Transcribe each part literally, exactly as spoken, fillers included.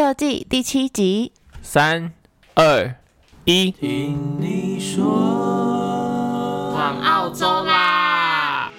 第二季第七集。 三二一， 听你说， 往澳洲啦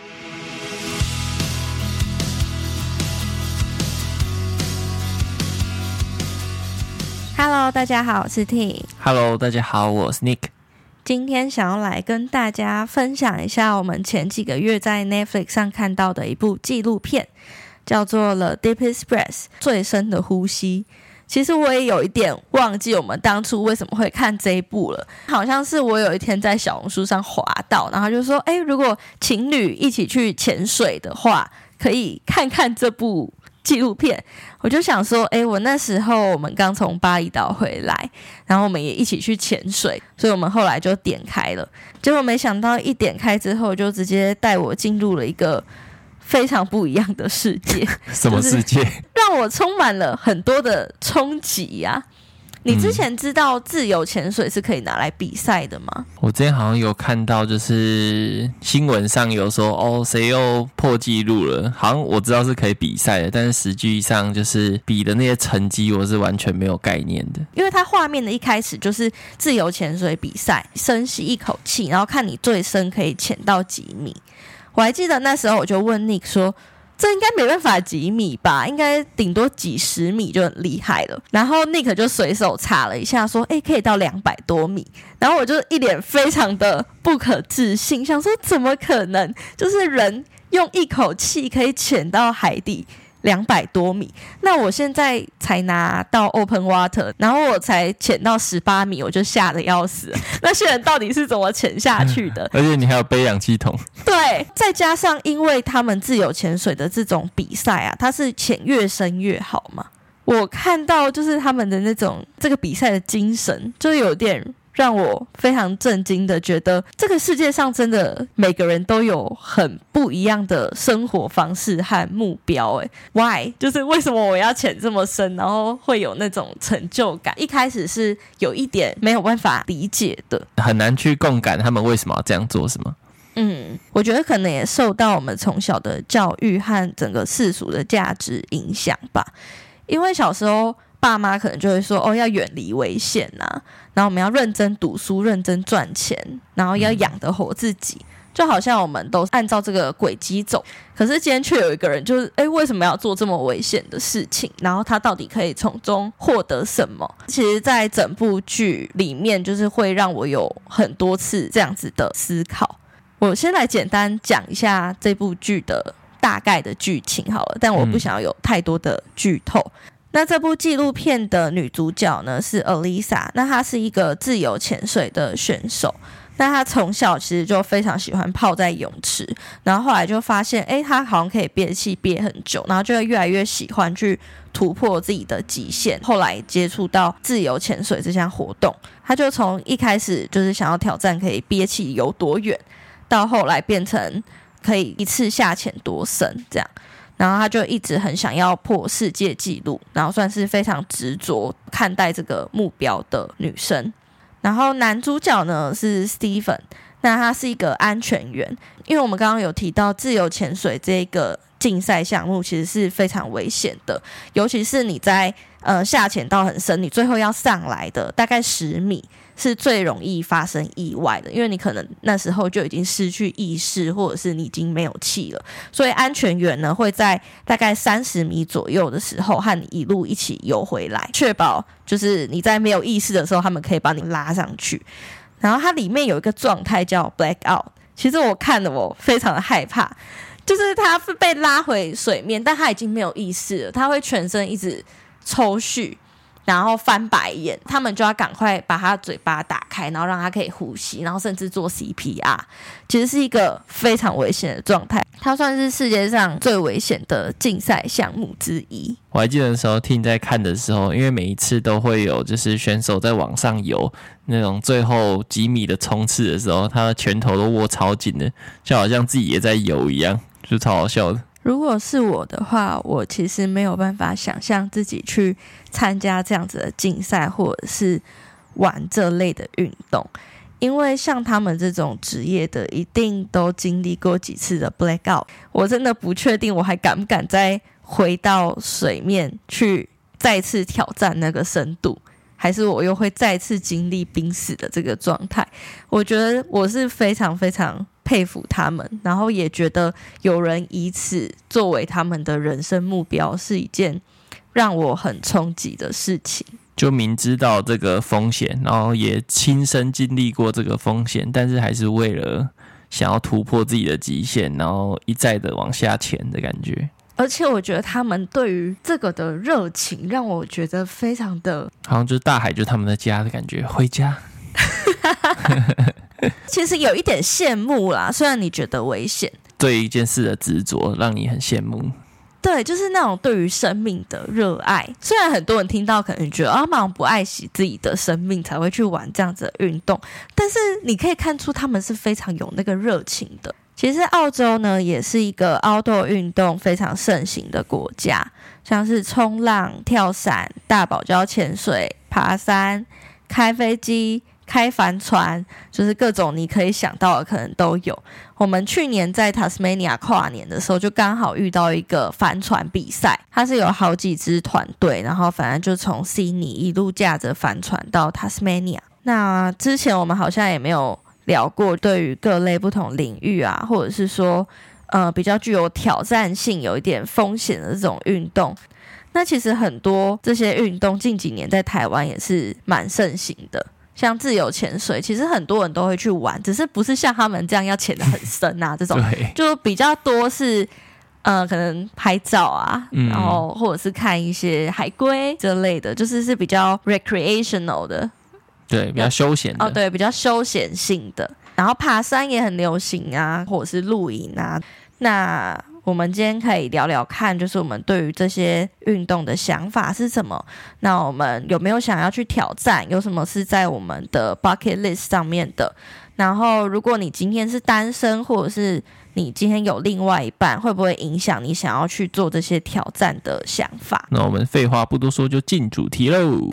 ！Hello， 大家好，我是 T。 Hello， 大家好，我是 Nick。 今天想要来跟大家分享一下我们前几个月在 Netflix 上看到的一部纪录片，叫做 The Deepest Breath 最深的呼吸。其实我也有一点忘记我们当初为什么会看这一部了，好像是我有一天在小红书上滑到，然后就说诶，如果情侣一起去潜水的话，可以看看这部纪录片。我就想说诶，我那时候我们刚从巴厘岛回来，然后我们也一起去潜水，所以我们后来就点开了，结果没想到一点开之后就直接带我进入了一个非常不一样的世界。 什么世界？ 让我充满了很多的冲击呀！你之前知道自由潜水是可以拿来比赛的吗？ 我之前好像有看到，就是新闻上有说哦，谁又破纪录了？好像我知道是可以比赛的，但是实际上就是比的那些成绩，我是完全没有概念的。 因为它画面的一开始就是自由潜水比赛，深吸一口气，然后看你最深可以潜到几米。我还记得那时候我就问 Nick 说，这应该没办法几米吧，应该顶多几十米就很厉害了。然后 Nick 就随手查了一下说诶，可以到两百多米。然后我就一脸非常的不可置信，想说怎么可能，就是人用一口气可以潜到海底两百多米。那我现在才拿到 open water， 然后我才潜到十八米，我就吓得要死了。那些人到底是怎么潜下去的？ 而且你还有背氧气筒。 对，再加上因为他们自由潜水的这种比赛啊，它是潜越深越好嘛。我看到就是他们的那种这个比赛的精神，就有点让我非常震惊的觉得，这个世界上真的每个人都有很不一样的生活方式和目标。诶 Why？ 就是为什么我要潜这么深，然后会有那种成就感？一开始是有一点没有办法理解的， 很难去共感他们为什么要这样做，是吗？ 嗯，我觉得可能也受到我们从小的教育和整个世俗的价值影响吧。因为小时候爸妈可能就会说哦，要远离危险啊，然后我们要认真读书，认真赚钱，然后要养得活自己，就好像我们都按照这个轨迹走。可是今天却有一个人就是诶，为什么要做这么危险的事情，然后他到底可以从中获得什么？其实在整部剧里面就是会让我有很多次这样子的思考。我先来简单讲一下这部剧的大概的剧情好了，但我不想要有太多的剧透。嗯，那这部纪录片的女主角呢是 Alyssa， 那她是一个自由潜水的选手。那她从小其实就非常喜欢泡在泳池，然后后来就发现诶，她好像可以憋气憋很久，然后就会越来越喜欢去突破自己的极限。后来接触到自由潜水这项活动，她就从一开始就是想要挑战可以憋气游多远，到后来变成可以一次下潜多深这样。然后他就一直很想要破世界纪录，然后算是非常执着看待这个目标的女生。然后男主角呢是 Steven， 那他是一个安全员。因为我们刚刚有提到自由潜水这个竞赛项目其实是非常危险的，尤其是你在呃下潜到很深，你最后要上来的大概十米是最容易发生意外的，因为你可能那时候就已经失去意识，或者是你已经没有气了。所以安全员呢会在大概三十米左右的时候和你一路一起游回来，确保就是你在没有意识的时候他们可以把你拉上去。然后它里面有一个状态叫 blackout， 其实我看了我非常的害怕，就是他被拉回水面，但他已经没有意识了，他会全身一直抽搐，然后翻白眼，他们就要赶快把他嘴巴打开，然后让他可以呼吸，然后甚至做 C P R。 其实是一个非常危险的状态，它算是世界上最危险的竞赛项目之一。 我还记得那时候听在看的时候，因为每一次都会有就是选手在往上游那种最后几米的冲刺的时候，他的拳头都握超紧的，就好像自己也在游一样，就超好笑的。 如果是我的话，我其实没有办法想象自己去参加这样子的竞赛，或者是玩这类的运动，因为像他们这种职业的一定都经历过几次的 blackout， 我真的不确定我还敢不敢再回到水面去再次挑战那个深度，还是我又会再次经历濒死的这个状态。我觉得我是非常非常佩服他们，然后也觉得有人以此作为他们的人生目标是一件让我很冲击的事情。 就明知道这个风险，然后也亲身经历过这个风险，但是还是为了想要突破自己的极限，然后一再的往下潜的感觉。 而且我觉得他们对于这个的热情让我觉得非常的， 好像就是大海就是他们的家的感觉，回家。 其实有一点羡慕啦，虽然你觉得危险， 对一件事的执着让你很羡慕。 对，就是那种对于生命的热爱。虽然很多人听到可能觉得啊，他们不爱惜自己的生命才会去玩这样子的运动，但是你可以看出他们是非常有那个热情的。其实澳洲呢也是一个 outdoor 运动非常盛行的国家，像是冲浪、跳伞、大堡礁潜水、爬山、开飞机、开帆船，就是各种你可以想到的可能都有。我们去年在 Tasmania 跨年的时候就刚好遇到一个帆船比赛，它是有好几支团队，然后反正就从 Sydney 一路驾着帆船到 Tasmania。 那之前我们好像也没有聊过对于各类不同领域啊，或者是说呃比较具有挑战性有一点风险的这种运动。那其实很多这些运动近几年在台湾也是蛮盛行的，像自由潜水其实很多人都会去玩，只是不是像他们这样要潜得很深啊这种就比较多是呃可能拍照啊、嗯、然后或者是看一些海龟之类的，就是是比较 recreational 的， 对，比较休闲的。 哦，对，比较休闲性的。然后爬山也很流行啊，或者是露营啊。那我们今天可以聊聊看，就是我们对于这些运动的想法是什么，那我们有没有想要去挑战，有什么是在我们的 bucket list 上面的。然后如果你今天是单身，或者是你今天有另外一半，会不会影响你想要去做这些挑战的想法？ 那我们废话不多说，就进主题喽。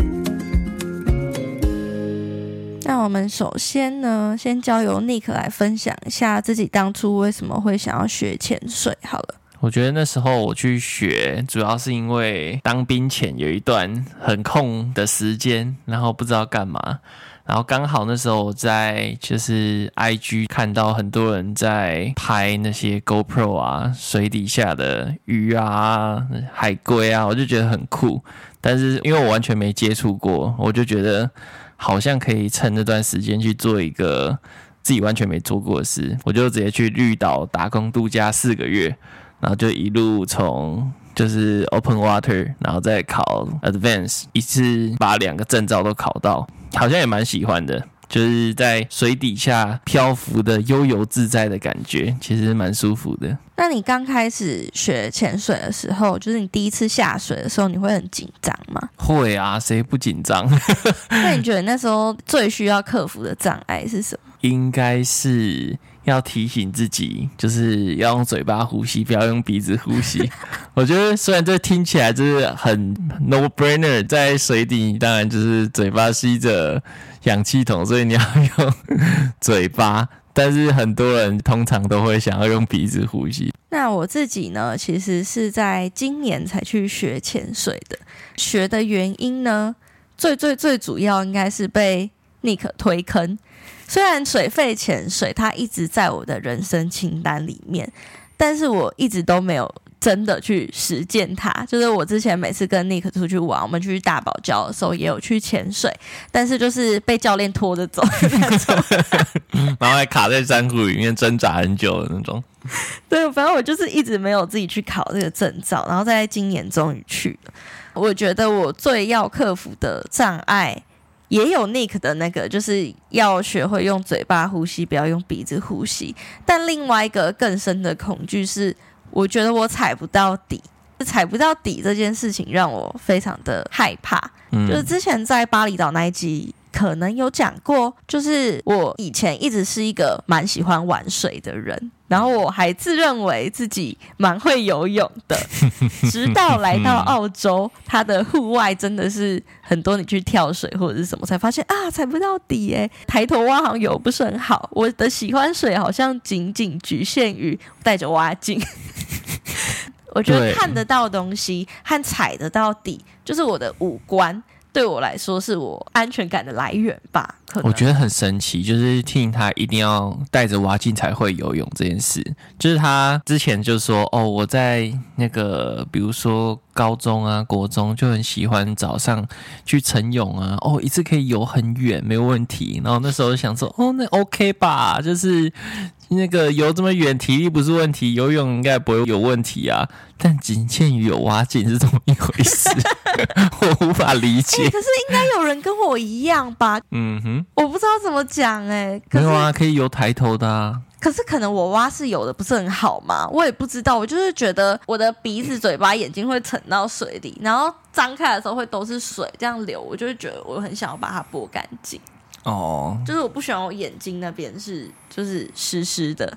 那我们首先呢，先交由 Nick 来分享一下自己当初为什么会想要学潜水好了。 我觉得那时候我去学主要是因为当兵前有一段很空的时间，然后不知道干嘛，然后刚好那时候我在就是 I G 看到很多人在拍那些 GoPro 啊，水底下的鱼啊、海龟啊，我就觉得很酷。但是因为我完全没接触过，我就觉得好像可以趁那段时间去做一个自己完全没做过的事，我就直接去绿岛打工度假四个月，然后就一路从就是 Open Water， 然后再考 Advance， 一次把两个证照都考到，好像也蛮喜欢的。就是在水底下漂浮的悠游自在的感觉，其实蛮舒服的。 那你刚开始学潜水的时候，就是你第一次下水的时候，你会很紧张吗？ 会啊，谁不紧张？ 那你觉得那时候最需要克服的障碍是什么？ 应该是要提醒自己，就是要用嘴巴呼吸，不要用鼻子呼吸。我觉得虽然这听起来就是很 no brainer， 在水底当然就是嘴巴吸着氧气筒，所以你要用嘴巴，但是很多人通常都会想要用鼻子呼吸。 那我自己呢，其实是在今年才去学潜水的。学的原因呢，最最最主要应该是被 Nick 推坑。虽然水肺潜水它一直在我的人生清单里面，但是我一直都没有真的去实践它。就是我之前每次跟 Nick 出去玩，我们去大堡礁的时候也有去潜水，但是就是被教练拖着走的那种然后还卡在珊瑚里面挣扎很久的那种。 对，反正我就是一直没有自己去考这个证照，然后在今年终于去了。我觉得我最要克服的障碍也有 Nick 的那个，就是要学会用嘴巴呼吸，不要用鼻子呼吸。但另外一个更深的恐惧是，我觉得我踩不到底，踩不到底这件事情让我非常的害怕。嗯、就是之前在巴厘岛那一集可能有讲过，就是我以前一直是一个蛮喜欢玩水的人，然后我还自认为自己蛮会游泳的，直到来到澳洲，它的户外真的是很多你去跳水或者是什么，才发现啊踩不到底耶，抬头蛙好像游不是很好，我的喜欢水好像仅仅局限于带着蛙镜。 我觉得看得到的东西和踩得到底，就是我的五官。对我来说是我安全感的来源吧，可能我觉得很神奇，就是听他一定要带着蛙镜才会游泳这件事，就是他之前就说哦，我在那个比如说高中啊国中就很喜欢早上去晨泳啊，哦一次可以游很远没有问题，然后那时候就想说哦那 OK 吧，就是那个游这么远体力不是问题，游泳应该不会有问题啊，但仅限于有蛙镜是怎么一回事我无法理解、 欸、可是应该有人跟我一样吧嗯哼， 我不知道怎么讲哎、欸， 没有啊，可以游抬头的啊， 可是可能我蛙是游的不是很好嘛，我也不知道，我就是觉得我的鼻子嘴巴眼睛会沉到水里，然后张开的时候会都是水这样流，我就会觉得我很想要把它拨干净哦， 就是我不喜欢我眼睛那边是就是湿湿的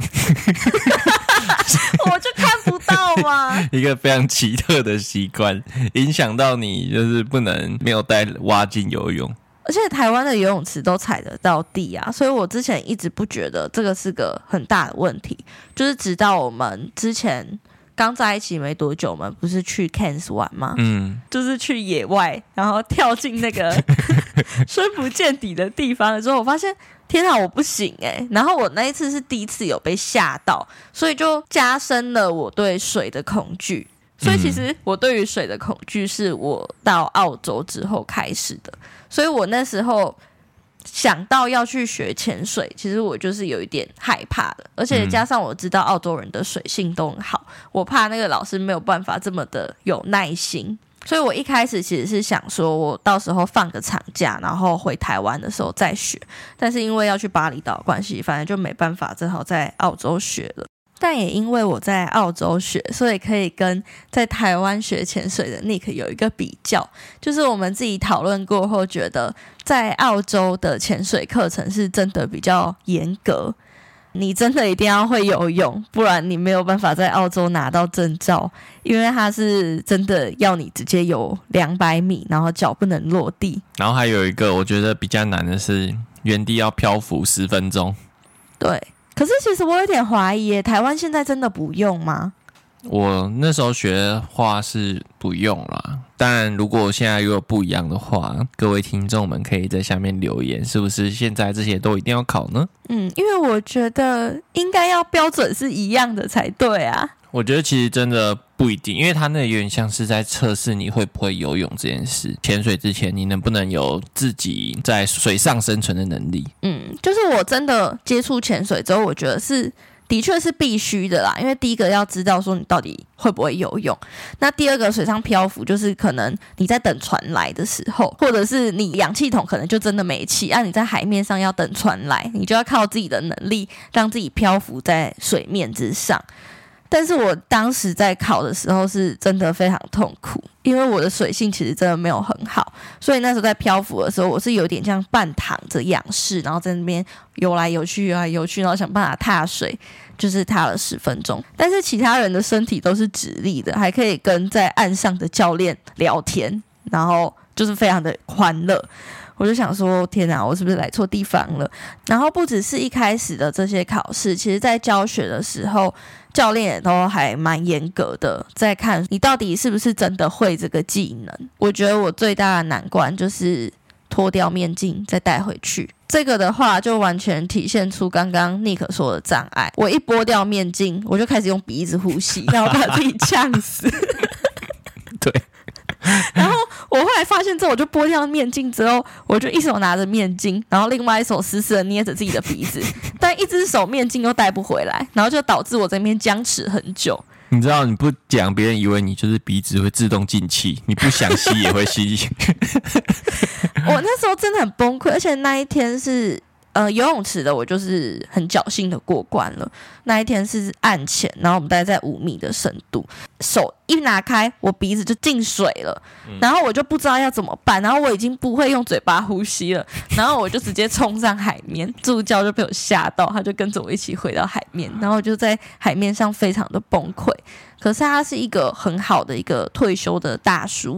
我就看不到嘛一个非常奇特的习惯影响到你就是不能没有带蛙镜游泳， 而且台湾的游泳池都踩得到地啊，所以我之前一直不觉得这个是个很大的问题，就是直到我们之前刚在一起没多久，我们不是去 Cairns 玩吗？嗯，就是去野外，然后跳进那个深不见底的地方的时候，我发现天啊，我不行哎、欸！然后我那一次是第一次有被吓到，所以就加深了我对水的恐惧。所以其实我对于水的恐惧是我到澳洲之后开始的，所以我那时候想到要去学潜水，其实我就是有一点害怕的，而且加上我知道澳洲人的水性都很好，我怕那个老师没有办法这么的有耐心，所以我一开始其实是想说我到时候放个长假，然后回台湾的时候再学，但是因为要去巴厘岛的关系，反正就没办法，只好在澳洲学了。但也因为我在澳洲学，所以可以跟在台湾学潜水的 Nick 有一个比较，就是我们自己讨论过后觉得在澳洲的潜水课程是真的比较严格，你真的一定要会游泳，不然你没有办法在澳洲拿到证照，因为它是真的要你直接游两百米，然后脚不能落地。 然后还有一个我觉得比较难的是原地要漂浮十分钟。 对，可是其实我有点怀疑耶，台湾现在真的不用吗？ 我那时候学的话是不用啦，但如果现在又有不一样的话，各位听众们可以在下面留言，是不是现在这些都一定要考呢？ 嗯，因为我觉得应该要标准是一样的才对啊。 我觉得其实真的不一定，因为它那有点像是在测试你会不会游泳这件事。潜水之前，你能不能有自己在水上生存的能力？ 嗯，就是我真的接触潜水之后，我觉得是的确是必须的啦。因为第一个要知道说你到底会不会游泳，那第二个水上漂浮就是可能你在等船来的时候，或者是你氧气筒可能就真的没气，啊，你在海面上要等船来，你就要靠自己的能力让自己漂浮在水面之上。但是我当时在考的时候是真的非常痛苦，因为我的水性其实真的没有很好，所以那时候在漂浮的时候，我是有点像半躺着仰视，然后在那边游来游去游来游去，然后想办法踏水，就是踏了十分钟。但是其他人的身体都是直立的，还可以跟在岸上的教练聊天，然后就是非常的欢乐。我就想说天哪，我是不是来错地方了？然后不只是一开始的这些考试，其实在教学的时候教练也都还蛮严格的，在看你到底是不是真的会这个技能。我觉得我最大的难关就是脱掉面镜再戴回去，这个的话就完全体现出刚刚 Nick 说的障碍。我一剥掉面镜，我就开始用鼻子呼吸，然后把自己呛死对， 然后我后来发现之后，我就剥掉面镜之后，我就一手拿着面镜，然后另外一手死死的捏着自己的鼻子，但一只手面镜又带不回来，然后就导致我这边僵持很久。 你知道你不讲，别人以为你就是鼻子会自动进气，你不想吸也会吸。 我那时候真的很崩溃，而且那一天是呃游泳池的，我就是很侥幸的过关了。那一天是岸潜，然后我们大概在五米的深度，手一拿开，我鼻子就进水了，然后我就不知道要怎么办，然后我已经不会用嘴巴呼吸了，然后我就直接冲上海面，助教就被我吓到，他就跟着我一起回到海面，然后我就在海面上非常的崩溃。可是他是一个很好的一个退休的大叔，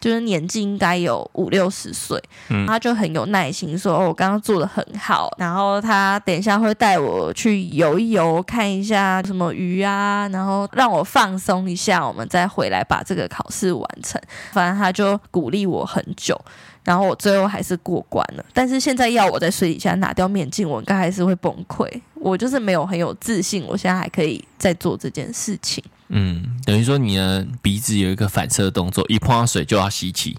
就是年纪应该有五六十岁， 嗯， 他就很有耐心说，哦，我刚刚做的很好，然后他等一下会带我去游一游，看一下什么鱼啊，然后让我放松一下，我们再回来把这个考试完成。反正他就鼓励我很久，然后我最后还是过关了。但是现在要我在水底下拿掉面镜，我应该还是会崩溃。我就是没有很有自信，我现在还可以再做这件事情。 嗯，等于说你的鼻子有一个反射动作，一碰到水就要吸气。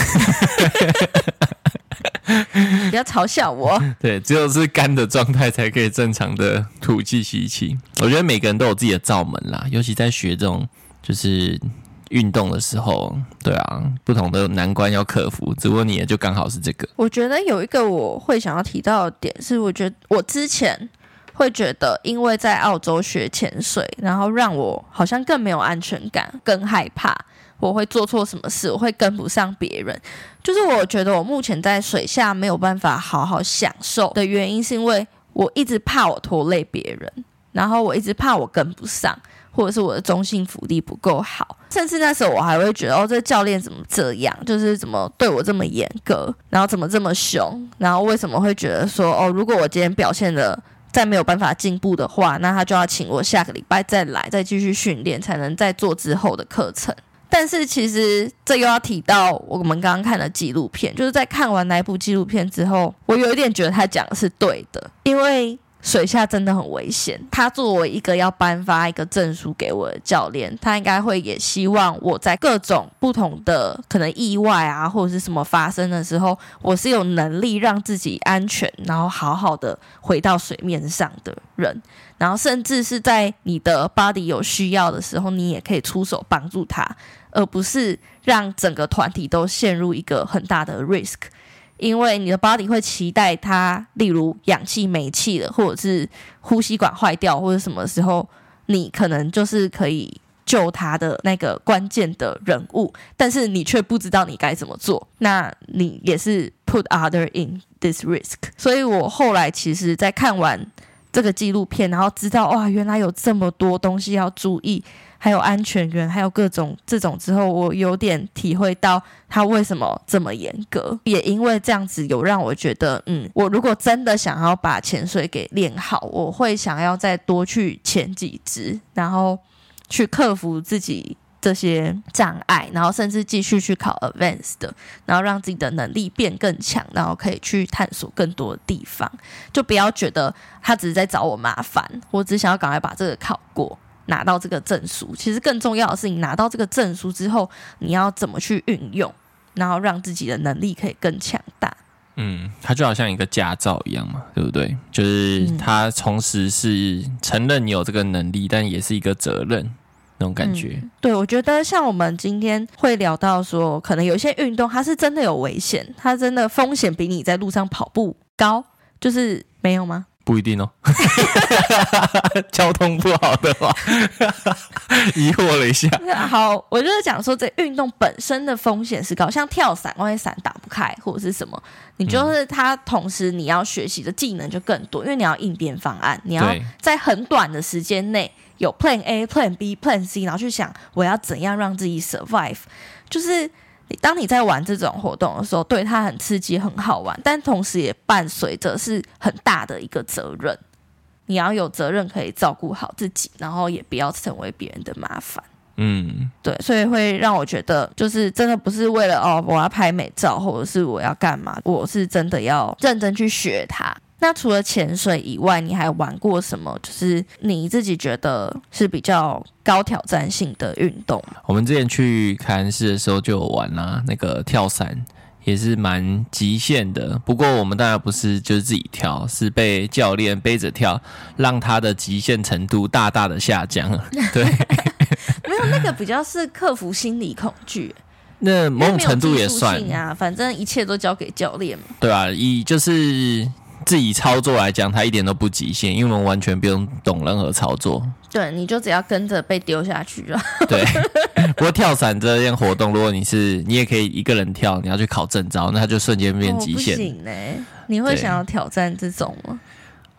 不要嘲笑我。 对，只有是干的状态才可以正常的吐气吸气。我觉得每个人都有自己的罩门啦，尤其在学这种就是运动的时候，对啊，不同的难关要克服，只不过你也就刚好是这个。 我觉得有一个我会想要提到的点是，我觉得我之前会觉得因为在澳洲学潜水，然后让我好像更没有安全感，更害怕我会做错什么事，我会跟不上别人。就是我觉得我目前在水下没有办法好好享受的原因，是因为我一直怕我拖累别人，然后我一直怕我跟不上，或者是我的中性浮力不够好，甚至那时候我还会觉得，哦，这教练怎么这样，就是怎么对我这么严格，然后怎么这么凶，然后为什么会觉得说，哦，如果我今天表现的再没有办法进步的话，那他就要请我下个礼拜再来，再继续训练，才能再做之后的课程。但是其实这又要提到我们刚刚看的纪录片，就是在看完那一部纪录片之后，我有一点觉得他讲的是对的，因为水下真的很危险。他作为一个要颁发一个证书给我的教练，他应该会也希望我在各种不同的可能意外啊或者是什么发生的时候，我是有能力让自己安全，然后好好的回到水面上的人，然后甚至是在你的 body 有需要的时候，你也可以出手帮助他，而不是让整个团体都陷入一个很大的 risk。因为你的 body 会期待它，例如氧气没气了，或者是呼吸管坏掉，或者什么时候你可能就是可以救他的那个关键的人物，但是你却不知道你该怎么做，那你也是 put other in this risk。 所以我后来其实在看完这个纪录片，然后知道哇，原来有这么多东西要注意，还有安全员，还有各种这种之后，我有点体会到他为什么这么严格。也因为这样子，有让我觉得，嗯，我如果真的想要把潜水给练好，我会想要再多去潜几支，然后去克服自己这些障碍，然后甚至继续去考 advanced 的，然后让自己的能力变更强，然后可以去探索更多的地方。就不要觉得他只是在找我麻烦，我只想要赶快把这个考过，拿到这个证书。其实更重要的是，你拿到这个证书之后，你要怎么去运用，然后让自己的能力可以更强大。 嗯，它就好像一个驾照一样嘛，对不对？就是它同时是承认你有这个能力，但也是一个责任。那种感觉、 嗯、对，我觉得像我们今天会聊到说，可能有一些运动它是真的有危险，它真的风险比你在路上跑步高，就是没有吗？ 不一定哦。交通不好的话。疑惑了一下。 好，我就是讲说这运动本身的风险是高，像跳伞，万一伞打不开或者是什么，你就是它同时你要学习的技能就更多，因为你要应变方案，你要在很短的时间内有 Plan A、Plan B、Plan C， 然后去想我要怎样让自己 survive。就是当你在玩这种活动的时候，对它很刺激、很好玩，但同时也伴随着是很大的一个责任。你要有责任可以照顾好自己，然后也不要成为别人的麻烦。 嗯， 对，所以会让我觉得，就是真的不是为了哦，我要拍美照，或者是我要干嘛，我是真的要认真去学它。那除了潜水以外，你还玩过什么？就是你自己觉得是比较高挑战性的运动吗？ 我们之前去凯恩斯的时候就有玩啦、啊，那个跳伞也是蛮极限的。不过我们当然不是就是自己跳，是被教练背着跳，让他的极限程度大大的下降。对， 没有那个比较是克服心理恐惧。 那某种程度也算啊，反正一切都交给教练嘛。 对啊，以就是自己操作来讲，它一点都不极限，因为我们完全不用懂任何操作。 对，你就只要跟着被丢下去就好。 对，不过跳伞这件活动，如果你是你也可以一个人跳，你要去考证照，那它就瞬间变极限。 哦、不行欸，你会想要挑战这种吗？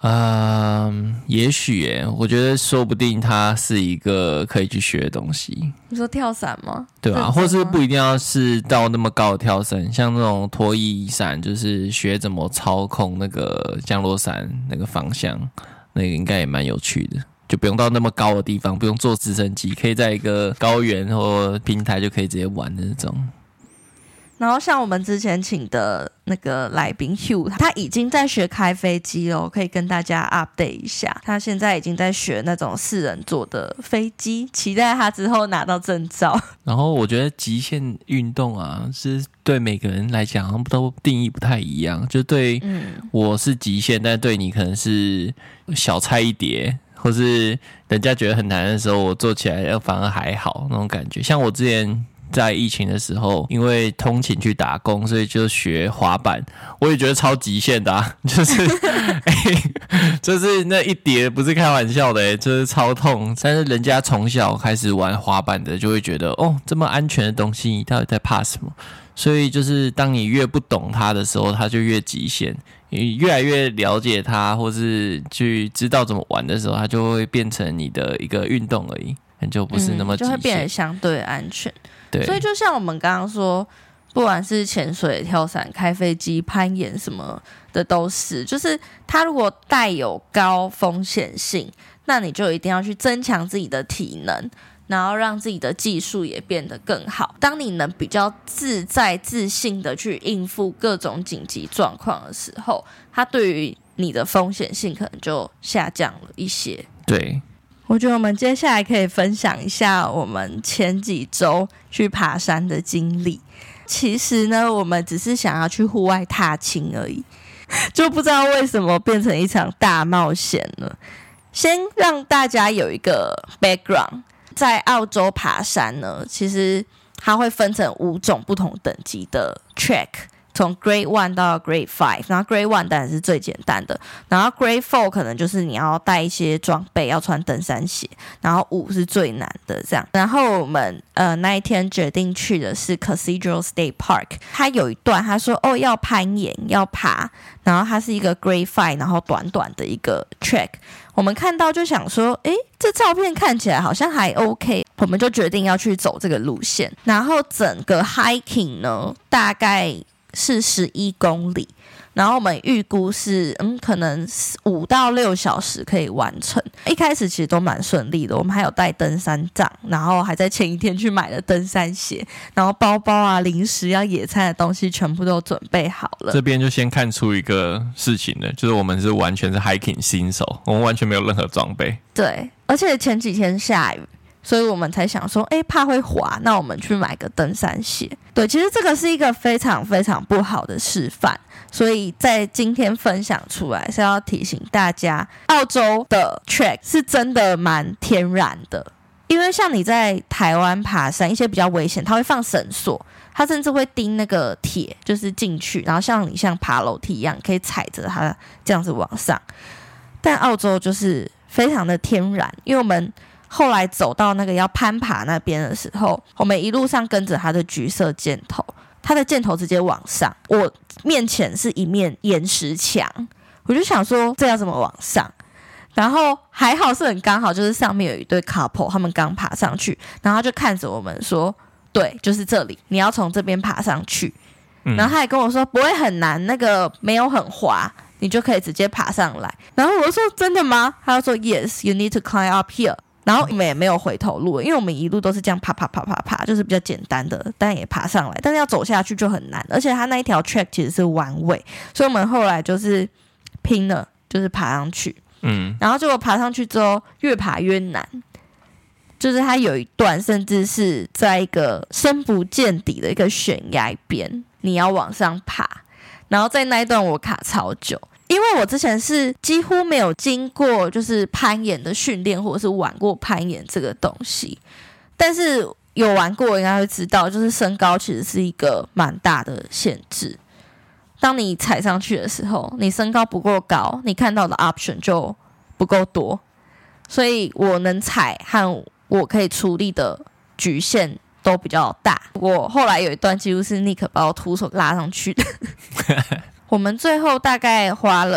嗯，也许耶，我觉得说不定它是一个可以去学的东西。 你说跳伞吗？ 对吧？或是不一定要是到那么高的跳伞，像那种拖曳伞，就是学怎么操控那个降落伞那个方向，那个应该也蛮有趣的。就不用到那么高的地方，不用坐直升机，可以在一个高原或平台就可以直接玩的那种。 然后像我们之前请的那个来宾 Hugh， 他已经在学开飞机了，可以跟大家 update 一下。他现在已经在学那种四人座的飞机，期待他之后拿到证照。 然后我觉得极限运动啊，是对每个人来讲都定义不太一样。就对我是极限，但对你可能是小菜一碟。或是人家觉得很难的时候，我做起来反而还好那种感觉。像我之前在疫情的时候，因为通勤去打工，所以就学滑板，我也觉得超极限的啊，就是、欸、就是那一叠不是开玩笑的、欸、就是超痛。但是人家从小开始玩滑板的，就会觉得哦，这么安全的东西，你到底在怕什么？所以就是当你越不懂它的时候，它就越极限。你越来越了解它，或是去知道怎么玩的时候，它就会变成你的一个运动而已，就不是那么极限、嗯、 就会变得相对安全。 对， 所以就像我们刚刚说，不管是潜水、跳伞、开飞机、攀岩什么的，都是，就是它如果带有高风险性，那你就一定要去增强自己的体能。然后让自己的技术也变得更好。当你能比较自在自信的去应付各种紧急状况的时候，它对于你的风险性可能就下降了一些。 对， 我觉得我们接下来可以分享一下我们前几周去爬山的经历。其实呢，我们只是想要去户外踏青而已，就不知道为什么变成一场大冒险了。先让大家有一个 background。在澳洲爬山呢，其实它会分成五种不同等级的 track， 从 Grade One 到 Grade Five， 然后 Grade One 当然是最简单的，然后 Grade Four 可能就是你要带一些装备，要穿登山鞋，然后五是最难的这样。然后我们呃那一天决定去的是 Cathedral State Park， 它有一段他说哦要攀岩要爬，然后它是一个 Grade Five， 然后短短的一个 track。我们看到就想说，诶，这照片看起来好像还 OK， 我们就决定要去走这个路线。然后整个 hiking 呢，大概是十一公里，然后我们预估是嗯，可能五到六小时可以完成。一开始其实都蛮顺利的，我们还有带登山杖，然后还在前一天去买了登山鞋，然后包包啊、零食要野餐的东西全部都准备好了。 这边就先看出一个事情了，就是我们是完全是 hiking 新手，我们完全没有任何装备。 对，而且前几天下雨。所以我们才想说，哎，怕会滑，那我们去买个登山鞋。对，其实这个是一个非常非常不好的示范，所以在今天分享出来是要提醒大家，澳洲的 track 是真的蛮天然的，因为像你在台湾爬山，一些比较危险，它会放绳索，它甚至会钉那个铁，就是进去，然后像你像爬楼梯一样，可以踩着它这样子往上。但澳洲就是非常的天然，因为我们后来走到那个要攀爬那边的时候，我们一路上跟着它的橘色箭头，它的箭头直接往上，我面前是一面岩石墙，我就想说这要怎么往上，然后还好是很刚好，就是上面有一对 couple， 他们刚爬上去，然后他就看着我们说，对，就是这里，你要从这边爬上去、嗯、然后他还跟我说不会很难，那个没有很滑，你就可以直接爬上来。然后我说真的吗？他就说 Yes, you need to climb up here。然后我们也没有回头路，因为我们一路都是这样爬爬爬爬爬，就是比较简单的，但也爬上来，但是要走下去就很难，而且它那一条 track 其实是弯位，所以我们后来就是拼了，就是爬上去，嗯，然后结果爬上去之后越爬越难，就是它有一段甚至是在一个深不见底的一个悬崖边，你要往上爬，然后在那一段我卡超久。因为我之前是几乎没有经过就是攀岩的训练，或者是玩过攀岩这个东西，但是有玩过应该会知道，就是身高其实是一个蛮大的限制。当你踩上去的时候，你身高不够高，你看到的 option 就不够多，所以我能踩和我可以处理的局限都比较大。我后来有一段几乎是 Nick 把我徒手拉上去的。我们最后大概花了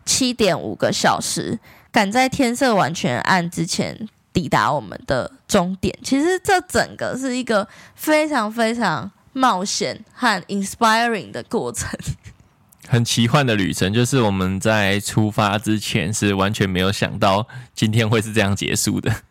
七点五个小时，赶在天色完全暗之前抵达我们的终点。其实这整个是一个非常非常冒险和 inspiring 的过程， 很奇幻的旅程。就是我们在出发之前是完全没有想到今天会是这样结束的。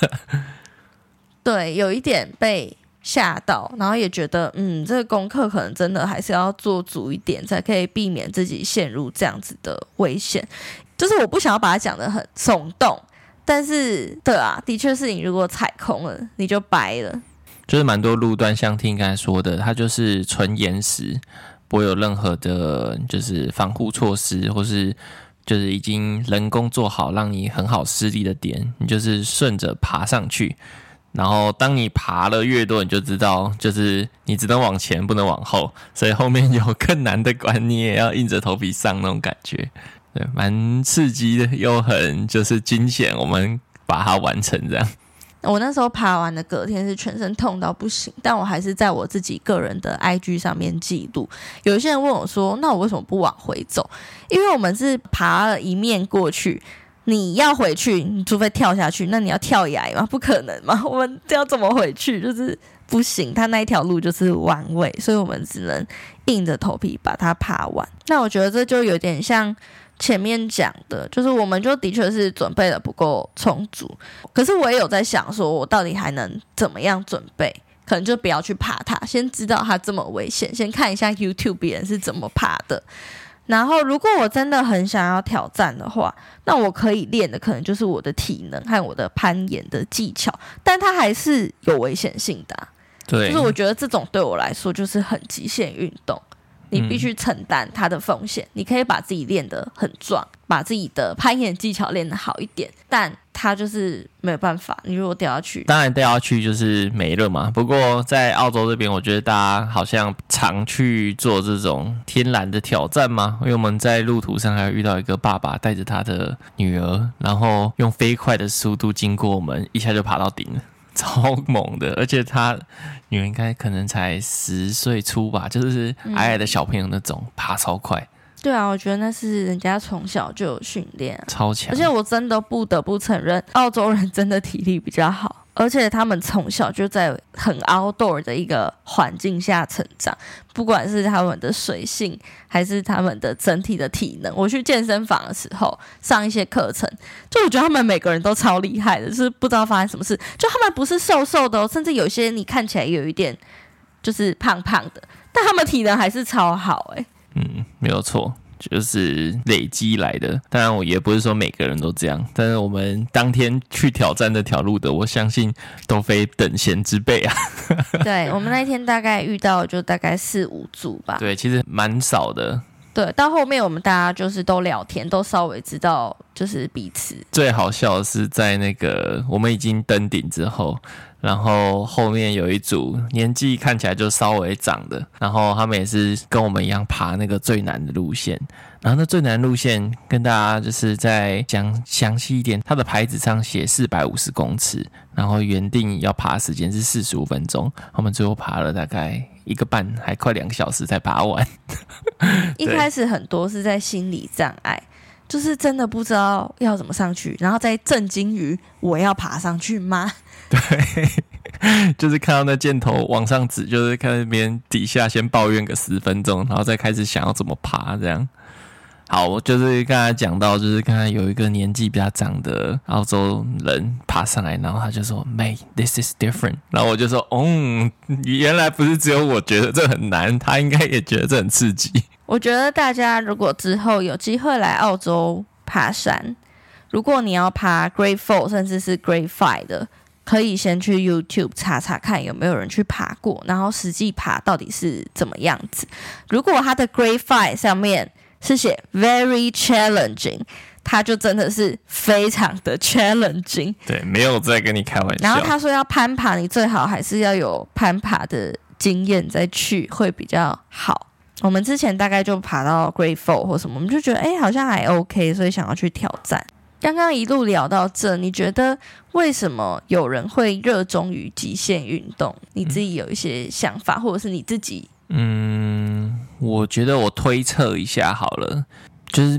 对，有一点被吓到，然后也觉得嗯，这个功课可能真的还是要做足一点，才可以避免自己陷入这样子的危险。就是我不想要把它讲得很耸动，但是对啊，的确是你如果踩空了你就白了。 就是蛮多路段像听刚才说的，它就是纯岩石，不会有任何的就是防护措施，或是就是已经人工做好让你很好施力的点，你就是顺着爬上去。然后当你爬了越多，你就知道就是你只能往前不能往后，所以后面有更难的关你也要硬着头皮上那种感觉。对，蛮刺激的又很就是惊险，我们把它完成这样。 我那时候爬完的隔天是全身痛到不行，但我还是在我自己个人的 I G 上面记录。有一些人问我说那我为什么不往回走？因为我们是爬了一面过去，你要回去你除非跳下去，那你要跳崖吗？不可能嘛，我们要怎么回去？就是不行，它那一条路就是弯位，所以我们只能硬着头皮把它爬完。那我觉得这就有点像前面讲的，就是我们就的确是准备的不够充足，可是我也有在想说我到底还能怎么样准备，可能就不要去爬它，先知道它这么危险，先看一下 YouTube 别人是怎么爬的。然后如果我真的很想要挑战的话，那我可以练的可能就是我的体能和我的攀岩的技巧，但它还是有危险性的啊。 对， 就是我觉得这种对我来说就是很极限运动，你必须承担它的风险、嗯、你可以把自己练得很壮，把自己的攀岩技巧练得好一点，但它就是没有办法，你如果掉下去， 当然掉下去就是没了嘛。不过在澳洲这边我觉得大家好像常去做这种天然的挑战嘛，因为我们在路途上还有遇到一个爸爸带着他的女儿，然后用飞快的速度经过我们，一下就爬到顶了，超猛的。而且他女儿应该可能才十岁出吧，就是矮矮的小朋友那种、嗯、爬超快。 对啊，我觉得那是人家从小就有训练、啊、 超强。 而且我真的不得不承认澳洲人真的体力比较好，而且他们从小就在很 outdoor 的一个环境下成长，不管是他们的水性还是他们的整体的体能。我去健身房的时候上一些课程，就我觉得他们每个人都超厉害的，就是不知道发生什么事，就他们不是瘦瘦的、哦、甚至有些你看起来有一点就是胖胖的，但他们体能还是超好耶。 嗯，没有错，就是累积来的。当然我也不是说每个人都这样，但是我们当天去挑战这条路的，我相信都非等闲之辈啊。 对，我们那一天大概遇到就大概四五组吧。 对，其实蛮少的。 对，到后面我们大家就是都聊天，都稍微知道就是彼此。 最好笑的是在那个我们已经登顶之后，然后后面有一组年纪看起来就稍微长的，然后他们也是跟我们一样爬那个最难的路线。然后那最难的路线跟大家就是再讲详细一点，它的牌子上写四百五十公尺，然后原定要爬的时间是四十五分钟，我们最后爬了大概一个半还快两个小时才爬完。 一开始很多是在心理障碍，就是真的不知道要怎么上去，然后再震惊于我要爬上去吗？ 对，就是看到那箭头往上指，就是看那边底下先抱怨个十分钟，然后再开始想要怎么爬这样。好，就是刚才讲到，就是刚才有一个年纪比较长的澳洲人爬上来，然后他就说 Mate, this is different， 然后我就说哦，原来不是只有我觉得这很难，他应该也觉得这很刺激。 我觉得大家如果之后有机会来澳洲爬山，如果你要爬 Grade 四 甚至是 Grade 五的，可以先去 YouTube 查查看有没有人去爬过，然后实际爬到底是怎么样子。如果他的 Grade 五上面是写 very challenging， 他就真的是非常的 challenging。 对，没有在跟你开玩笑。 然后他说要攀爬，你最好还是要有攀爬的经验再去会比较好。我们之前大概就爬到 Grade 四 或什么，我们就觉得哎好像还 OK， 所以想要去挑战。刚刚一路聊到这，你觉得为什么有人会热衷于极限运动？你自己有一些想法，或者是你自己？ 嗯，我觉得我推测一下好了，就是每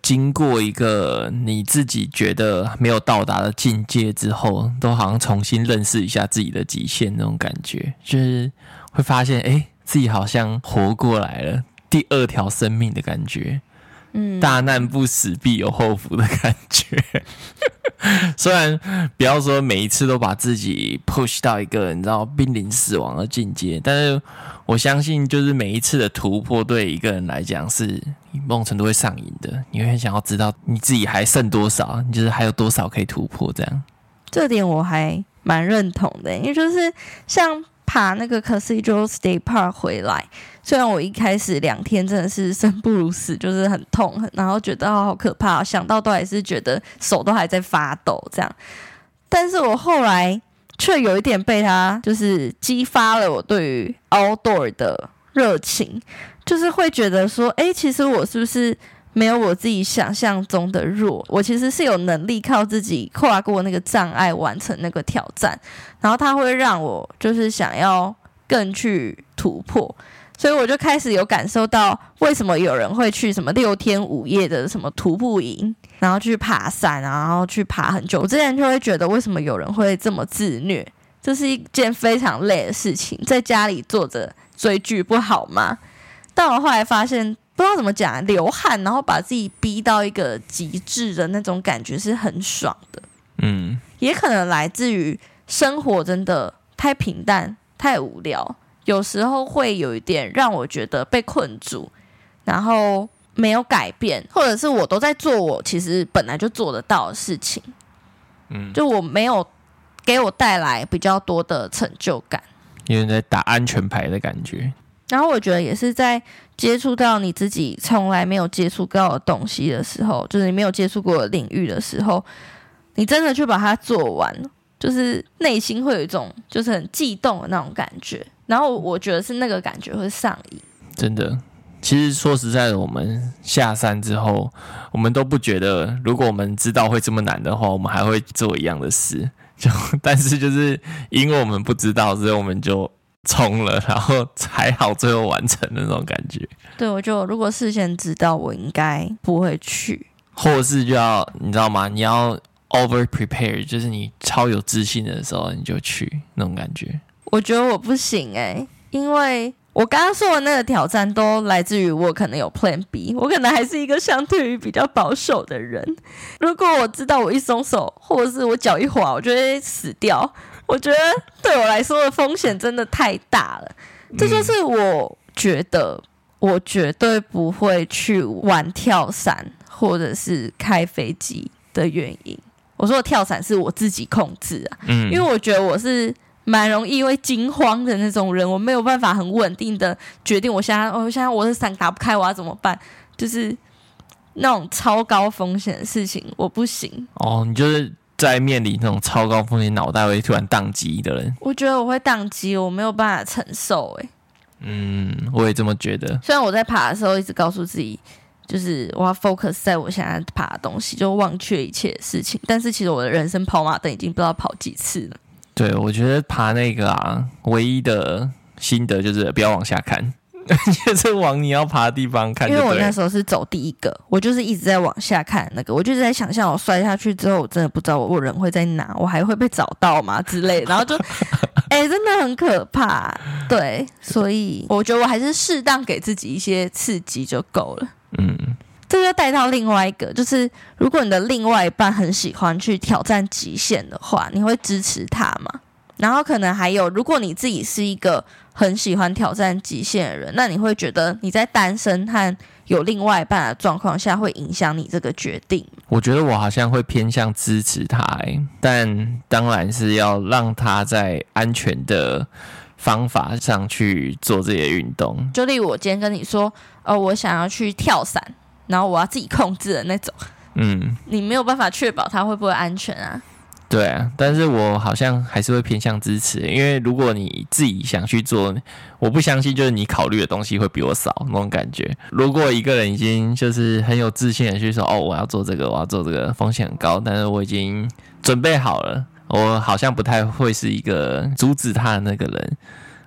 经过一个你自己觉得没有到达的境界之后，都好像重新认识一下自己的极限那种感觉，就是会发现哎、欸，自己好像活过来了，第二条生命的感觉。嗯，大难不死必有后福的感觉。虽然不要说每一次都把自己 push 到一个你知道濒临死亡的境界，但是我相信就是每一次的突破对一个人来讲是某种程度会上瘾的，你会很想要知道你自己还剩多少，你就是还有多少可以突破这样。 这点我还蛮认同的，因为就是像爬那个 Cathedral State Park 回来，虽然我一开始两天真的是生不如死，就是很痛，然后觉得好可怕，想到都还是觉得手都还在发抖这样，但是我后来却有一点被他就是激发了我对于 outdoor 的热情，就是会觉得说诶，其实我是不是没有我自己想象中的弱，我其实是有能力靠自己跨过那个障碍完成那个挑战，然后它会让我就是想要更去突破，所以我就开始有感受到为什么有人会去什么六天五夜的什么徒步营，然后去爬山，然后去爬很久。我之前就会觉得为什么有人会这么自虐，这是一件非常累的事情，在家里坐着追剧不好吗？但我后来发现不知道怎么讲，流汗然后把自己逼到一个极致的那种感觉是很爽的。嗯，也可能来自于生活真的太平淡太无聊，有时候会有一点让我觉得被困住，然后没有改变，或者是我都在做我其实本来就做得到的事情。嗯，就我没有给我带来比较多的成就感， 有点在打安全牌的感觉。 然后我觉得也是在接触到你自己从来没有接触到的东西的时候，就是你没有接触过的领域的时候，你真的去把它做完，就是内心会有一种就是很悸动的那种感觉，然后我觉得是那个感觉会上瘾。 真的，其实说实在的，我们下山之后，我们都不觉得如果我们知道会这么难的话，我们还会做一样的事，就但是就是因为我们不知道，所以我们就冲了，然后才好最后完成的那种感觉。 对，我就如果事先知道，我应该不会去， 或是就要你知道吗？你要 over prepare， 就是你超有自信的时候你就去那种感觉。 我觉得我不行哎、欸，因为我刚刚说的那个挑战都来自于我可能有 plan B， 我可能还是一个相对于比较保守的人。如果我知道我一松手，或者是我脚一滑，我就会死掉。我觉得对我来说的风险真的太大了，这就是我觉得我绝对不会去玩跳伞或者是开飞机的原因。我说的跳伞是我自己控制啊，嗯，因为我觉得我是蛮容易会惊慌的那种人，我没有办法很稳定的决定我现在，哦，现在我的伞打不开，我要怎么办？就是那种超高风险的事情，我不行。 哦，你就是在面临那种超高风险，脑袋会突然宕机的人。 我觉得我会宕机，我没有办法承受、欸。 嗯，我也这么觉得。 虽然我在爬的时候一直告诉自己，就是我要 focus 在我现在爬的东西，就忘却一切的事情。但是其实我的人生跑马灯已经不知道跑几次了。 对，我觉得爬那个啊，唯一的心得就是不要往下看，就是往你要爬的地方看就对了。 因为我那时候是走第一个，我就是一直在往下看那个，我就是在想象我摔下去之后，我真的不知道我人会在哪，我还会被找到吗之类的，然后就，哎、欸，真的很可怕。对，所以我觉得我还是适当给自己一些刺激就够了。嗯。这就带到另外一个，就是如果你的另外一半很喜欢去挑战极限的话，你会支持他吗？然后可能还有，如果你自己是一个很喜欢挑战极限的人，那你会觉得你在单身和有另外一半的状况下会影响你这个决定？ 我觉得我好像会偏向支持他、欸，但当然是要让他在安全的方法上去做这些运动。 就例如我今天跟你说，呃，我想要去跳伞，然后我要自己控制的那种，嗯，你没有办法确保它会不会安全啊？ 对啊，但是我好像还是会偏向支持，因为如果你自己想去做，我不相信就是你考虑的东西会比我少那种感觉。如果一个人已经就是很有自信的去说，哦，我要做这个，我要做这个，风险很高，但是我已经准备好了，我好像不太会是一个阻止他的那个人。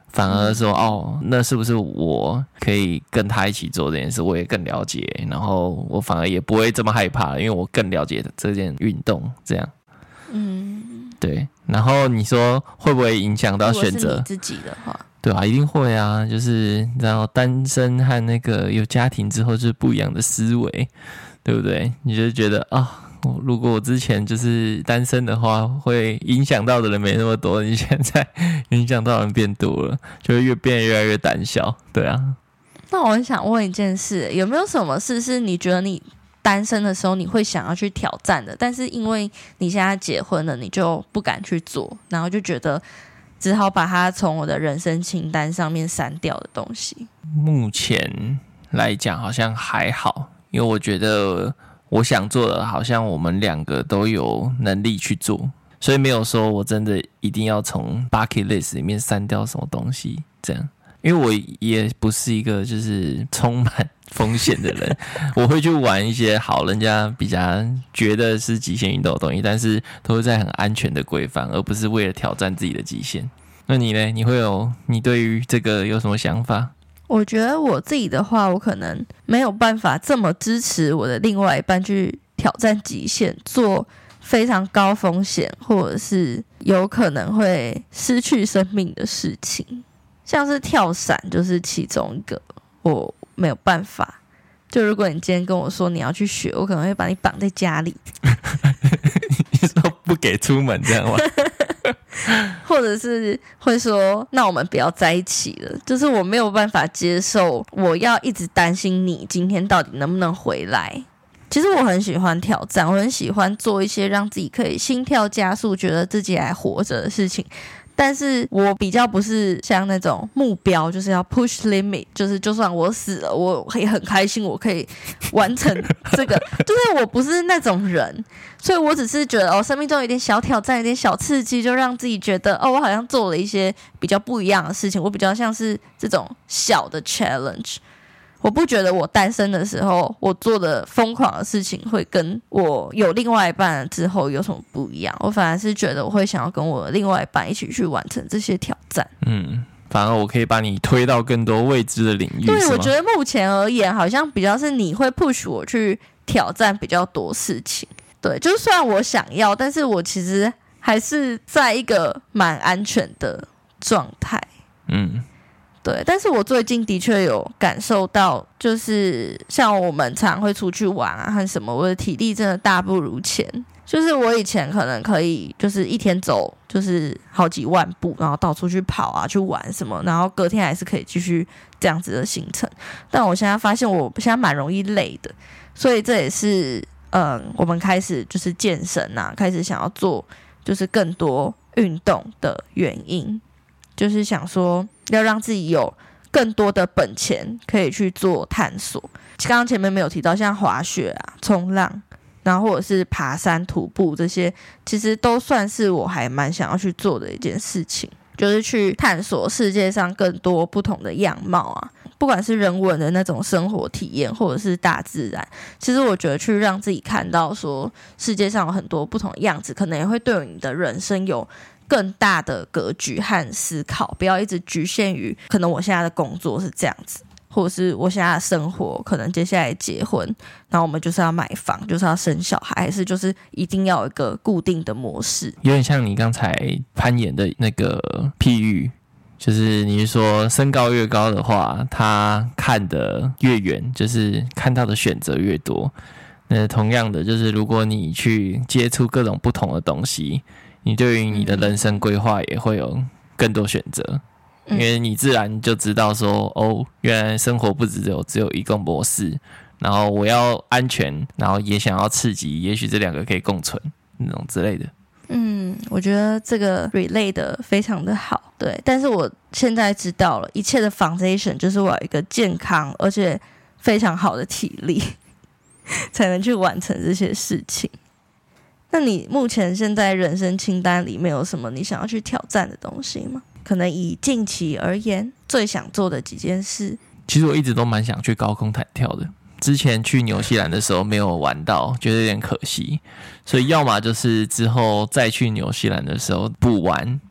反而说哦，那是不是我可以跟他一起做这件事，我也更了解，然后我反而也不会这么害怕了，因为我更了解这件运动，这样。嗯，对。然后你说会不会影响到选择？ 如果是你自己的话， 对啊，一定会啊，就是然后单身和那个有家庭之后就是不一样的思维，对不对？你就觉得啊。如果我之前就是单身的话，会影响到的人没那么多，你现在影响到的人变多了，就会越变越来越胆小，对啊。 那我很想问一件事，有没有什么事是你觉得你单身的时候你会想要去挑战的，但是因为你现在结婚了，你就不敢去做，然后就觉得只好把它从我的人生清单上面删掉的东西？ 目前来讲好像还好，因为我觉得我想做的好像我们两个都有能力去做，所以没有说我真的一定要从 bucket list 里面删掉什么东西这样。因为我也不是一个就是充满风险的人，我会去玩一些好人家比较觉得是极限运动的东西，但是都是在很安全的规范，而不是为了挑战自己的极限。那你呢？你会有你对于这个有什么想法？ 我觉得我自己的话，我可能没有办法这么支持我的另外一半去挑战极限，做非常高风险或者是有可能会失去生命的事情，像是跳伞就是其中一个，我没有办法。就如果你今天跟我说你要去学，我可能会把你绑在家里。 你说不给出门这样吗？ 或者是会说那我们不要在一起了，就是我没有办法接受我要一直担心你今天到底能不能回来。其实我很喜欢挑战，我很喜欢做一些让自己可以心跳加速觉得自己还活着的事情，但是我比较不是像那种目标就是要 push limit， 就是就算我死了我也很开心我可以完成这个就是我不是那种人，所以我只是觉得哦，生命中有点小挑战，有点小刺激，就让自己觉得哦，我好像做了一些比较不一样的事情，我比较像是这种小的 challenge。我不觉得我单身的时候我做的疯狂的事情会跟我有另外一半之后有什么不一样，我反而是觉得我会想要跟我另外一半一起去完成这些挑战。 嗯，反而我可以把你推到更多未知的领域。 对，我觉得目前而言好像比较是你会 push 我去挑战比较多事情。对，就算我想要，但是我其实还是在一个蛮安全的状态。嗯，对，但是我最近的确有感受到，就是像我们常会出去玩啊和什么，我的体力真的大不如前。就是我以前可能可以就是一天走就是好几万步，然后到处去跑啊去玩什么，然后隔天还是可以继续这样子的行程。但我现在发现我现在蛮容易累的，所以这也是嗯我们开始就是健身啊，开始想要做就是更多运动的原因，就是想说要让自己有更多的本钱可以去做探索。刚刚前面没有提到像滑雪啊、冲浪，然后或者是爬山、徒步，这些其实都算是我还蛮想要去做的一件事情，就是去探索世界上更多不同的样貌啊，不管是人文的那种生活体验，或者是大自然。其实我觉得去让自己看到说世界上有很多不同的样子，可能也会对你的人生有更大的格局和思考，不要一直局限于可能我现在的工作是这样子，或者是我现在的生活可能接下来结婚，然后我们就是要买房，就是要生小孩，还是就是一定要有一个固定的模式。 有点像你刚才攀岩的那个譬喻，就是你是说身高越高的话，他看得越远，就是看到的选择越多。那同样的，就是如果你去接触各种不同的东西，你对于你的人生规划也会有更多选择。因为你自然就知道说，哦，原来生活不只有只有一个模式，然后我要安全，然后也想要刺激，也许这两个可以共存那种之类的。 嗯，我觉得这个 relay 的非常的好，对。但是我现在知道了，一切的 foundation 就是我有一个健康而且非常好的体力，才能去完成这些事情。那你目前现在人生清单里面有什么你想要去挑战的东西吗？可能以近期而言，最想做的几件事。 其实我一直都蛮想去高空弹跳的，之前去纽西兰的时候没有玩到，觉得有点可惜，所以要么就是之后再去纽西兰的时候补玩，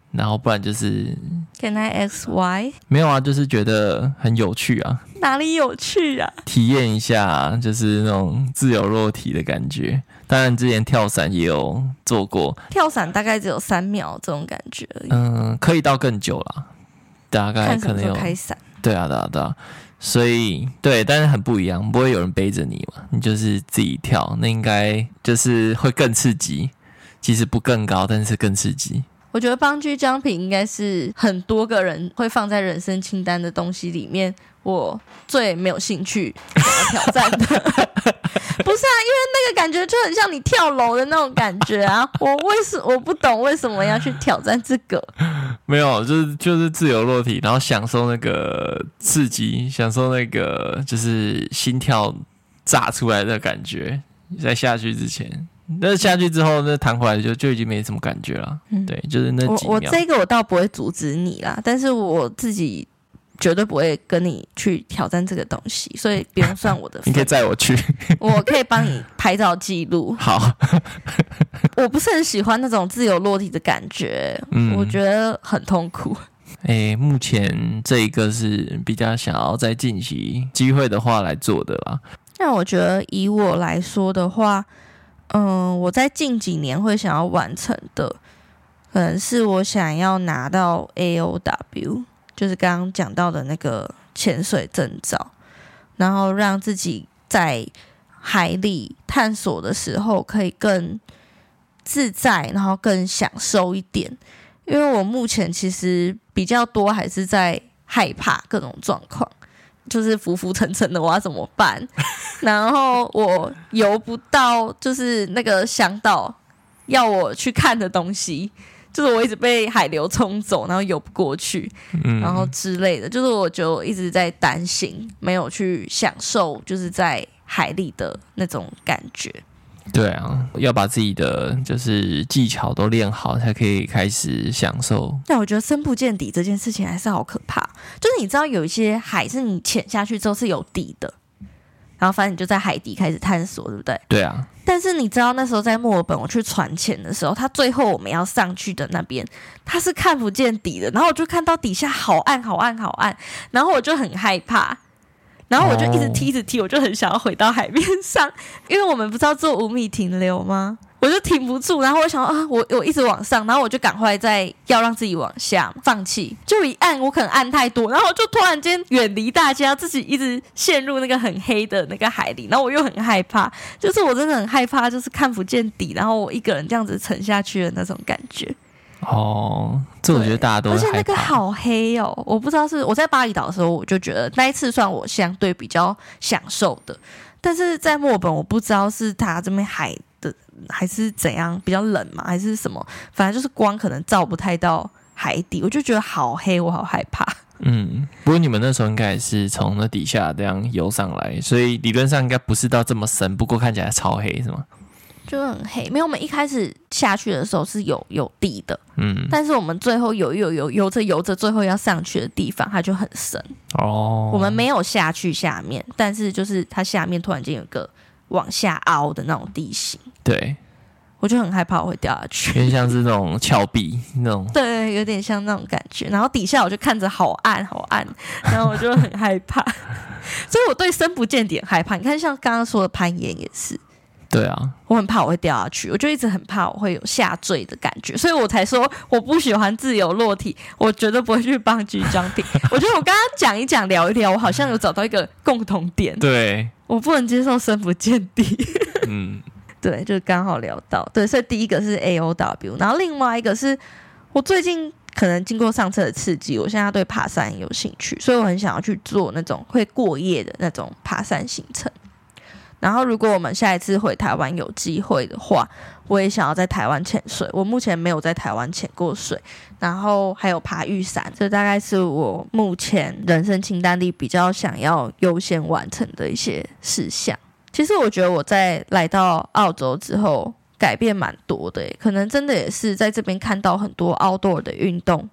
然后不然就是 Can I X Y？ 没有啊，就是觉得很有趣啊。 哪里有趣啊？ 体验一下就是那种自由落体的感觉。当然之前跳伞也有做过， 跳伞大概只有三秒这种感觉而已。 嗯，可以到更久啦，大概可能有。看什么时候开伞？ 对啊，对啊，对啊。所以对，但是很不一样，不会有人背着你嘛，你就是自己跳，那应该就是会更刺激。其实不更高，但是更刺激。 我觉得bungee jumping应该是很多个人会放在人生清单的东西里面，我最没有兴趣想要挑战的。不是啊，因为那个感觉就很像你跳楼的那种感觉啊！我为什我不懂为什么要去挑战这个？ 没有，就是就是自由落体，然后享受那个刺激，享受那个就是心跳炸出来的感觉，在下去之前。但是下去之后，那弹回来就就已经没什么感觉了。嗯、对，就是那几秒。我我这个我倒不会阻止你啦，但是我自己绝对不会跟你去挑战这个东西，所以不用算我的份。 你可以载我去， 我可以帮你拍照记录。 好， 我不是很喜欢那种自由落体的感觉，嗯、我觉得很痛苦。 诶，目前这一个是比较想要再近期机会的话来做的啦。 那我觉得以我来说的话。嗯，我在近几年会想要完成的，可能是我想要拿到 A O W， 就是刚刚讲到的那个潜水证照，然后让自己在海里探索的时候可以更自在，然后更享受一点。因为我目前其实比较多还是在害怕各种状况。就是浮浮沉沉的，我要怎么办？然后我游不到，就是那个向导要我去看的东西，就是我一直被海流冲走，然后游不过去，嗯、然后之类的。就是我就一直在担心，没有去享受，就是在海里的那种感觉。 对啊，要把自己的就是技巧都练好，才可以开始享受。 但我觉得深不见底这件事情还是好可怕。就是你知道有一些海是你潜下去之后是有底的，然后反正你就在海底开始探索，对不对？ 对啊。 但是你知道那时候在墨尔本我去船潜的时候，它最后我们要上去的那边它是看不见底的，然后我就看到底下好暗好暗好暗，然后我就很害怕。然后我就一直踢一直踢，我就很想要回到海面上，因为我们不是要做五米停留吗？我就停不住，然后我想啊，我我一直往上，然后我就赶快再要让自己往下，放弃。就一按，我可能按太多，然后我就突然间远离大家，自己一直陷入那个很黑的那个海里，然后我又很害怕，就是我真的很害怕，就是看不见底，然后我一个人这样子沉下去的那种感觉。 哦，这我觉得大家都会害怕。 而且那个好黑哦，我不知道是我在巴厘岛的时候，我就觉得那一次算我相对比较享受的，但是在墨尔本我不知道是它这边海的还是怎样，比较冷嘛还是什么，反正就是光可能照不太到海底，我就觉得好黑，我好害怕。 嗯，不过你们那时候应该也是从那底下这样游上来，所以理论上应该不是到这么深，不过看起来超黑是吗？ 就很黑，没有。我们一开始下去的时候是有有地的， 嗯， 但是我们最后游游游游着游着，最后要上去的地方它就很深哦。 我们没有下去下面，但是就是它下面突然间有个往下凹的那种地形， 对， 我就很害怕我会掉下去， 有点像是那种峭壁那种， 对，有点像那种感觉。然后底下我就看着好暗好暗，然后我就很害怕，所以我对深不见底很害怕。你看，像刚刚说的攀岩也是。 对啊， 我很怕我会掉下去，我就一直很怕我会有下坠的感觉，所以我才说我不喜欢自由落体，我绝对不会去bungee jumping。我觉得我刚刚讲一讲聊一聊，我好像有找到一个共同点， 对， 我不能接受深不见底。 嗯， 对，就刚好聊到，对，所以第一个是 A O W， 然后另外一个是我最近可能经过上次的刺激，我现在对爬山很有兴趣，所以我很想要去做那种会过夜的那种爬山行程。然后如果我们下一次回台湾有机会的话，我也想要在台湾潜水，我目前没有在台湾潜过水，然后还有爬玉山，这大概是我目前人生清单里比较想要优先完成的一些事项。其实我觉得我在来到澳洲之后改变蛮多的耶，可能真的也是在这边看到很多 outdoor 的运动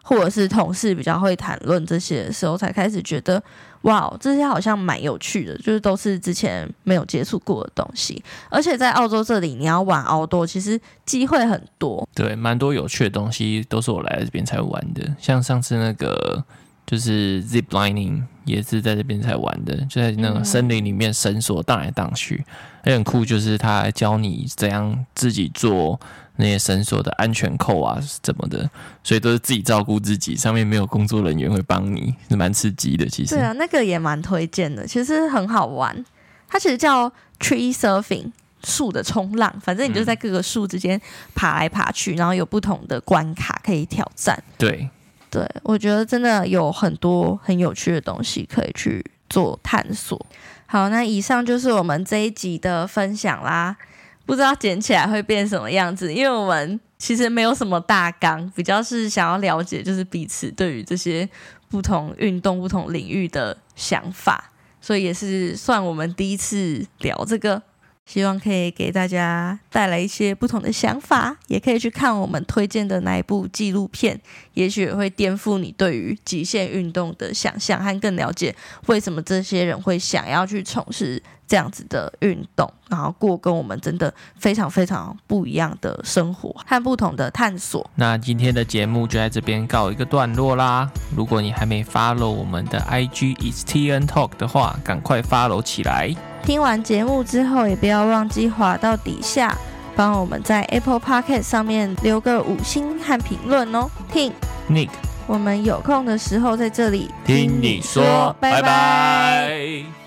或者是同事比较会谈论这些的时候，才开始觉得哇，这些好像蛮有趣的，就是都是之前没有接触过的东西。而且在澳洲这里，你要玩 outdoor 其实机会很多， 对，蛮多有趣的东西都是我来这边才玩的，像上次那个就是 zip lining 也是在这边才玩的，就在那个森林里面绳索荡来荡去，也很酷，就是他还教你怎样自己做那些绳索的安全扣啊怎么的，所以都是自己照顾自己，上面没有工作人员会帮你，是蛮刺激的。其实对啊，那个也蛮推荐的，其实很好玩。它其实叫 tree surfing， 树的冲浪，反正你就在各个树之间爬来爬去，然后有不同的关卡可以挑战。 对对，我觉得真的有很多很有趣的东西可以去做探索。好，那以上就是我们这一集的分享啦。不知道剪起来会变什么样子，因为我们其实没有什么大纲，比较是想要了解就是彼此对于这些不同运动、不同领域的想法，所以也是算我们第一次聊这个。希望可以给大家带来一些不同的想法，也可以去看我们推荐的那一部纪录片，也许也会颠覆你对于极限运动的想象，和更了解为什么这些人会想要去从事这样子的运动，然后过跟我们真的非常非常不一样的生活和不同的探索。 那今天的节目就在这边告一个段落啦。如果你还没 follow 我们的 I G is T N Talk 的话，赶快 follow 起来。 听完节目之后，也不要忘记滑到底下，帮我们在 Apple Podcast 上面留个五星和评论哦。听 Nick， 我们有空的时候在这里听你说，拜拜。